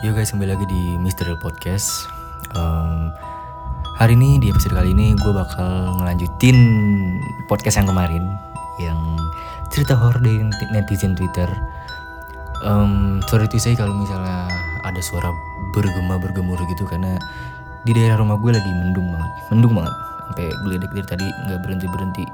Yo guys, kembali lagi di Mr. Podcast. Hari ini, di episode kali ini gue bakal ngelanjutin podcast yang kemarin, yang cerita horor dari netizen Twitter. Sorry to say kalau misalnya ada suara bergema-bergemur gitu, karena di daerah rumah gue lagi mendung banget. Sampai geledek dari tadi nggak berhenti.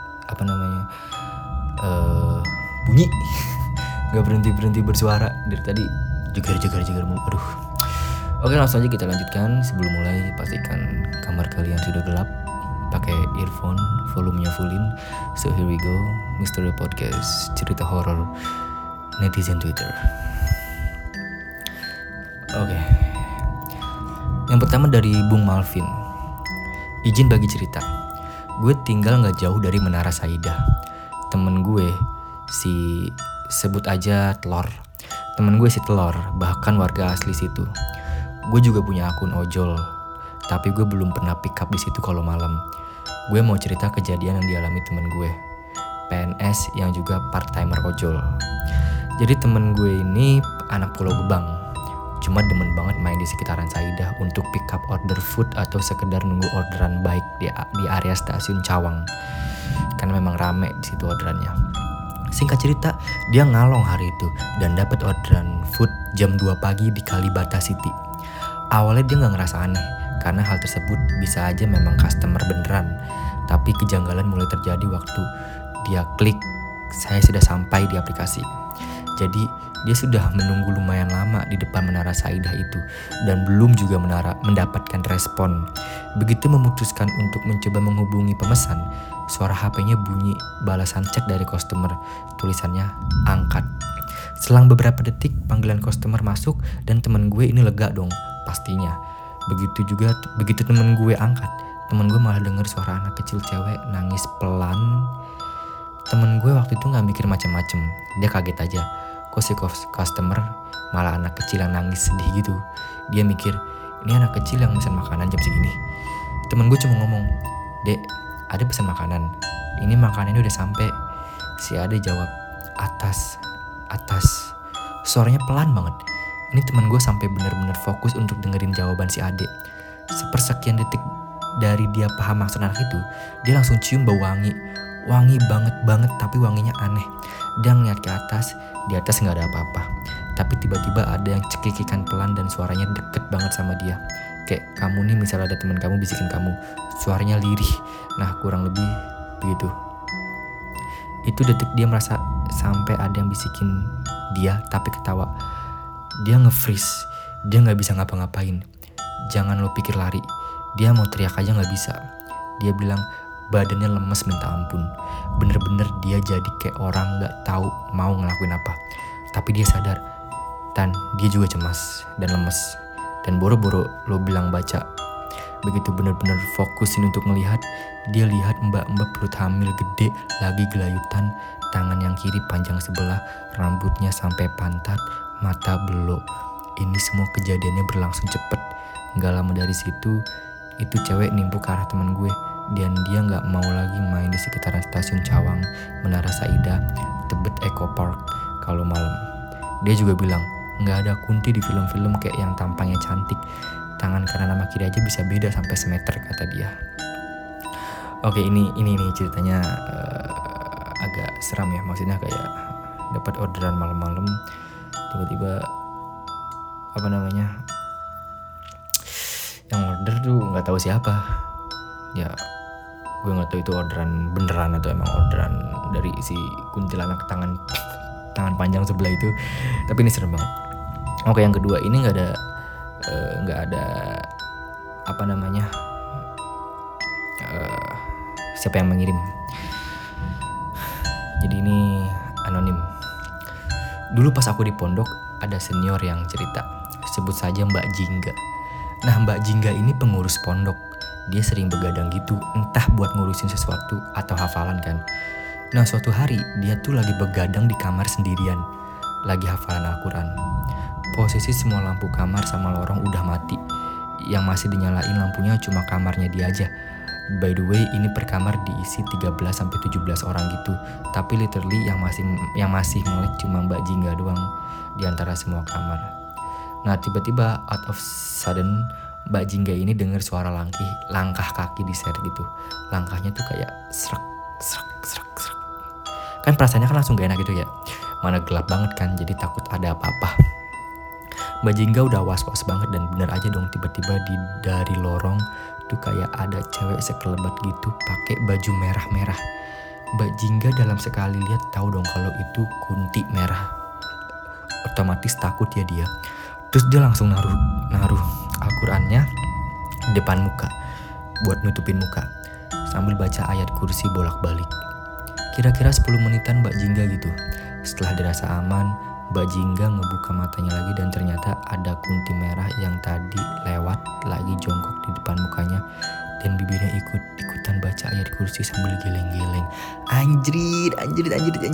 Bunyi nggak berhenti bersuara dari tadi. Jegar mulu. Aduh. Oke, langsung aja kita lanjutkan. Sebelum mulai, pastikan kamar kalian sudah gelap, pakai earphone, volumenya fullin. So here we go, Misteri Podcast, cerita horor netizen Twitter. Oke. Yang pertama dari Bung Malvin. Izin bagi cerita. Gue tinggal gak jauh dari Menara Saidah. Temen gue sebut aja Telor. Temen gue si Telor, bahkan warga asli situ. Gue juga punya akun ojol, tapi gue belum pernah pick up di situ kalau malam. Gue mau cerita kejadian yang dialami temen gue, PNS yang juga part-timer ojol. Jadi temen gue ini anak Pulau Gebang, cuma demen banget main di sekitaran Saidah untuk pick up order food atau sekedar nunggu orderan baik di area stasiun Cawang. Karena memang rame di situ orderannya. Singkat cerita, dia ngalong hari itu dan dapat orderan food jam 2 pagi di Kalibata City. Awalnya dia gak ngerasa aneh, karena hal tersebut bisa aja memang customer beneran. Tapi kejanggalan mulai terjadi waktu dia klik, saya sudah sampai di aplikasi. Jadi dia sudah menunggu lumayan lama di depan Menara Saidah itu dan belum juga mendapatkan respon. Begitu memutuskan untuk mencoba menghubungi pemesan, suara HP-nya bunyi balasan chat dari customer, tulisannya angkat. Selang beberapa detik panggilan customer masuk dan temen gue ini lega dong pastinya. Begitu temen gue angkat, temen gue malah denger suara anak kecil cewek nangis pelan. Temen gue waktu itu gak mikir macem-macem, dia kaget aja. Kok si customer malah anak kecil yang nangis sedih gitu. Dia mikir, ini anak kecil yang pesan makanan jam segini. Temen gue cuma ngomong, "Dek, ada pesan makanan. Ini makanannya udah sampai." Si Ade jawab, atas. Suaranya pelan banget. Ini temen gue sampai benar-benar fokus untuk dengerin jawaban si Ade. Sepersekian detik dari dia paham maksud anak itu, dia langsung cium bau wangi. Wangi banget, tapi wanginya aneh. Dia ngeliat ke atas, di atas gak ada apa-apa. Tapi tiba-tiba ada yang cekikikan pelan dan suaranya deket banget sama dia. Kayak kamu nih, misalnya ada teman kamu bisikin kamu, suaranya lirih. Nah, kurang lebih begitu. Itu detik dia merasa sampai ada yang bisikin dia tapi ketawa. Dia nge-freeze, dia gak bisa ngapa-ngapain. Jangan lo pikir lari, dia mau teriak aja gak bisa. Dia bilang badannya lemes minta ampun. Bener-bener dia jadi kayak orang gak tahu mau ngelakuin apa. Tapi dia sadar, dan dia juga cemas dan lemes. Dan boro-boro lo bilang baca. Begitu bener-bener fokusin untuk ngelihat, dia lihat mbak-mbak perut hamil gede lagi gelayutan. Tangan yang kiri panjang sebelah, rambutnya sampai pantat, mata belok. Ini semua kejadiannya berlangsung cepet. Gak lama dari situ, itu cewek nimpuk ke arah teman gue. Dan dia gak mau lagi main di sekitaran stasiun Cawang, Menara Saidah, Tebet Eco Park kalau malam. Dia juga bilang, gak ada kunti di film-film kayak yang tampangnya cantik. Tangan kanan sama kiri aja bisa beda sampai semeter, kata dia. Oke, ini ceritanya agak seram ya. Maksudnya kayak dapat orderan malam-malam, tiba-tiba yang order tuh gak tahu siapa. Ya, gue gak tahu itu orderan beneran atau emang orderan dari si kuntilanak tangan panjang sebelah itu. Tapi ini serem banget. Oke, yang kedua, ini gak ada siapa yang mengirim. Jadi ini anonim. Dulu pas aku di pondok, ada senior yang cerita, sebut saja Mbak Jingga. Nah, Mbak Jingga ini pengurus pondok. Dia sering begadang gitu, entah buat ngurusin sesuatu atau hafalan kan. Nah, suatu hari dia tuh lagi begadang di kamar sendirian, lagi hafalan Al-Quran. Posisi semua lampu kamar sama lorong udah mati. Yang masih dinyalain lampunya cuma kamarnya dia aja. By the way, ini per kamar diisi 13-17 orang gitu. Tapi literally yang masih melek cuma Mbak Jingga doang di antara semua kamar. Nah tiba-tiba out of sudden Mbak Jingga ini dengar suara langkah kaki diseret gitu. Langkahnya tuh kayak serak. Kan perasaannya kan langsung gak enak gitu ya. Mana gelap banget kan, jadi takut ada apa-apa. Mbak Jingga udah was-was banget dan bener aja dong tiba-tiba dari lorong tuh kayak ada cewek sekelebat gitu pakai baju merah-merah. Mbak Jingga dalam sekali lihat tahu dong kalau itu kunti merah. Otomatis takut ya dia. Terus dia langsung naruh Al-Qur'annya di depan muka buat nutupin muka sambil baca ayat kursi bolak-balik. Kira-kira 10 menitan Mbak Jingga gitu. Setelah dirasa aman, Mbak Jingga ngebuka matanya lagi dan ternyata ada kunti merah yang tadi lewat lagi jongkok di depan mukanya dan bibirnya ikutan baca ayat kursi sambil geleng-geleng. Anjrit. Aduh,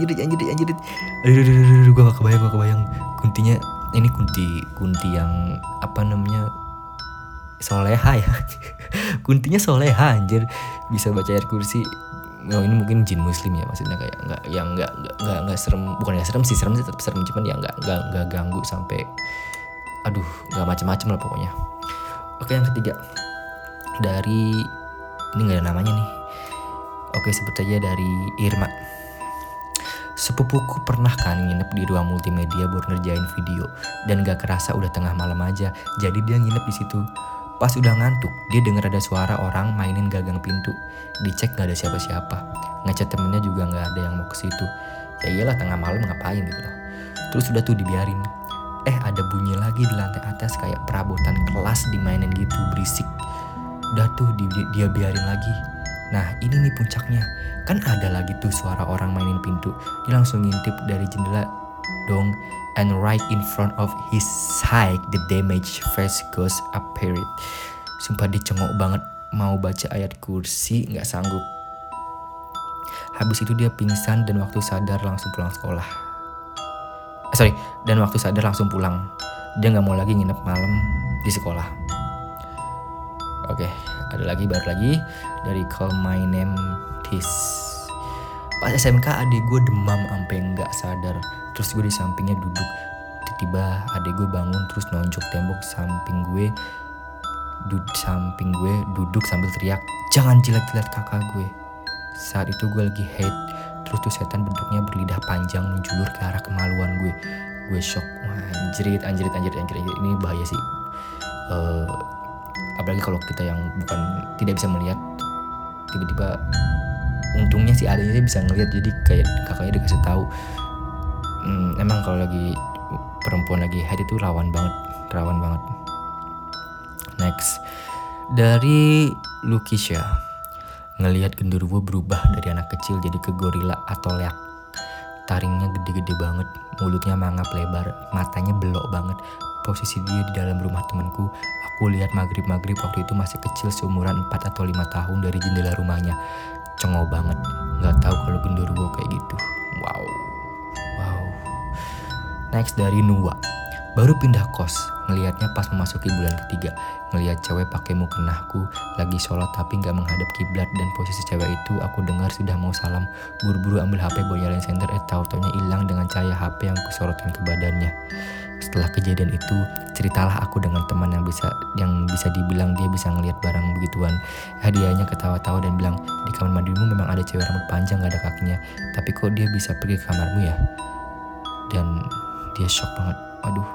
gue gak kebayang. Kuntinya ini kunti yang apa namanya soleha ya. Kuntinya soleha anjir, bisa baca ayat kursi. Oh, ini mungkin jin muslim ya, maksudnya kayak nggak serem, bukan ya serem sih, serem sih tetap serem, cuman ya nggak ganggu sampai nggak macem-macem lah pokoknya. Oke, yang ketiga dari ini nggak ada namanya nih. Oke, sebut aja dari Irma. Sepupuku pernah kan nginep di ruang multimedia buat ngerjain video dan gak kerasa udah tengah malam aja, jadi dia nginep di situ. Pas udah ngantuk, dia denger ada suara orang mainin gagang pintu. Dicek gak ada siapa-siapa. Ngechat temennya juga gak ada yang mau ke situ. Ya iyalah tengah malam ngapain gitu loh. Terus udah tuh dibiarin. Ada bunyi lagi di lantai atas kayak perabotan kelas dimainin gitu, berisik. Udah tuh dia biarin lagi. Nah ini nih puncaknya, kan ada lagi tuh suara orang mainin pintu. Dia langsung ngintip dari jendela dong, and right in front of his sight the damaged face ghost appeared. Sumpah dicengok banget, mau baca ayat kursi gak sanggup. Habis itu dia pingsan dan waktu sadar langsung pulang sekolah. Dan waktu sadar langsung pulang. Dia gak mau lagi nginep malam di sekolah. Oke, ada lagi, baru lagi dari Call My Name Tis. Pas SMK adik gue demam sampai nggak sadar. Terus gue di sampingnya duduk. Tiba-tiba adik gue bangun terus nonjok tembok samping gue. Duduk sambil teriak, "Jangan jilat-jilat kakak gue." Saat itu gue lagi hate. Terus tuh setan bentuknya berlidah panjang menjulur ke arah kemaluan gue. Gue shock. Wah, anjrit. Ini bahaya sih. Apalagi kalau kita yang tidak bisa melihat, tiba-tiba untungnya sih adanya bisa ngelihat, jadi kayak kakaknya dikasih tahu. Emang kalau lagi perempuan lagi head itu rawan banget. Next dari Lukisha. Ngelihat genderuwo berubah dari anak kecil jadi ke gorila atau leak. Taringnya gede-gede banget, mulutnya mangap lebar, matanya belok banget. Posisi dia di dalam rumah temanku. Aku lihat maghrib waktu itu masih kecil, seumuran 4 atau 5 tahun dari jendela rumahnya. Cengok banget, gak tahu kalau genderuwo kayak gitu. Wow. Next dari Nuwa. Baru pindah kos, ngelihatnya pas memasuki bulan ketiga. Ngelihat cewek pakai mukenahku lagi sholat tapi gak menghadap kiblat, dan posisi cewek itu aku dengar sudah mau salam. Buru-buru ambil HP buat nyalain senter, tahu-taunya hilang dengan cahaya HP yang kusorotkan ke badannya. Setelah kejadian itu, ceritalah aku dengan teman yang bisa dibilang dia bisa ngelihat barang begituan. Dianya ketawa-tawa dan bilang, "Di kamar mandimu memang ada cewek rambut panjang gak ada kakinya, tapi kok dia bisa pergi ke kamarmu ya?" Dan dia shock banget. Aduh.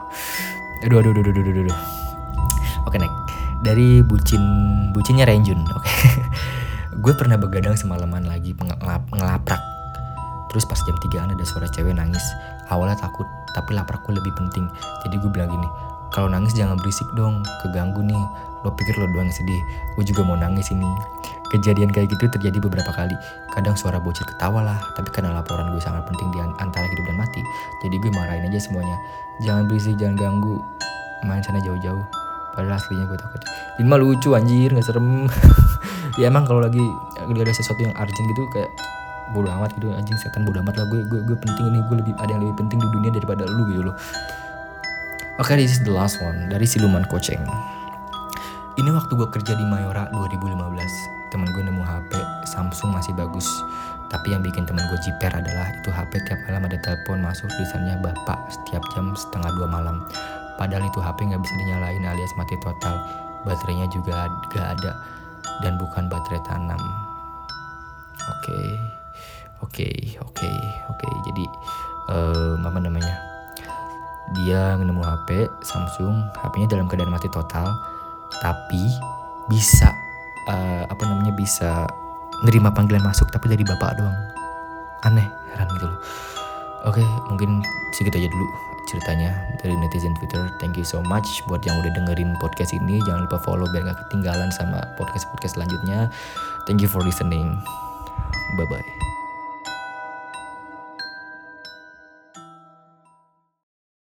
Oke, next dari bucinnya Renjun. Oke. Gue pernah begadang semalaman lagi ngelaprak. Terus pas jam 3-an ada suara cewek nangis. Awalnya takut, tapi laprakku lebih penting. Jadi gue bilang gini, "Kalau nangis jangan berisik dong, keganggu nih. Lo pikir lo doang yang sedih, gue juga mau nangis ini." Kejadian kayak gitu terjadi beberapa kali. Kadang suara bocil ketawa lah, tapi karena laporan gue sangat penting di antara hidup dan mati, jadi gue marahin aja semuanya. "Jangan berisik, jangan ganggu, main sana jauh-jauh." Padahal aslinya gue takut. Ini mah lucu anjir, gak serem. Ya emang kalau lagi ada sesuatu yang urgent gitu kayak bodo amat gitu, anjing setan bodo amat lah, gue penting ini, gue lebih ada yang lebih penting di dunia daripada lu gitu loh. Oke, this is the last one dari Siluman Koceng. Ini waktu gue kerja di Mayora 2015. Temen gue nemu HP Samsung masih bagus, tapi yang bikin temen gue jiper adalah itu HP tiap malam ada telepon masuk tulisannya bapak setiap jam 1:30 malam. Padahal itu HP nggak bisa dinyalain alias mati total. Baterainya juga gak ada dan bukan baterai tanam. Oke. Jadi apa namanya? Dia nemu HP Samsung, HP-nya dalam keadaan mati total, tapi bisa bisa nerima panggilan masuk tapi dari bapak doang. Aneh, heran gitu loh. Oke, mungkin segitu aja dulu ceritanya dari netizen Twitter. Thank you so much buat yang udah dengerin podcast ini. Jangan lupa follow biar gak ketinggalan sama podcast-podcast selanjutnya. Thank you for listening. Bye-bye.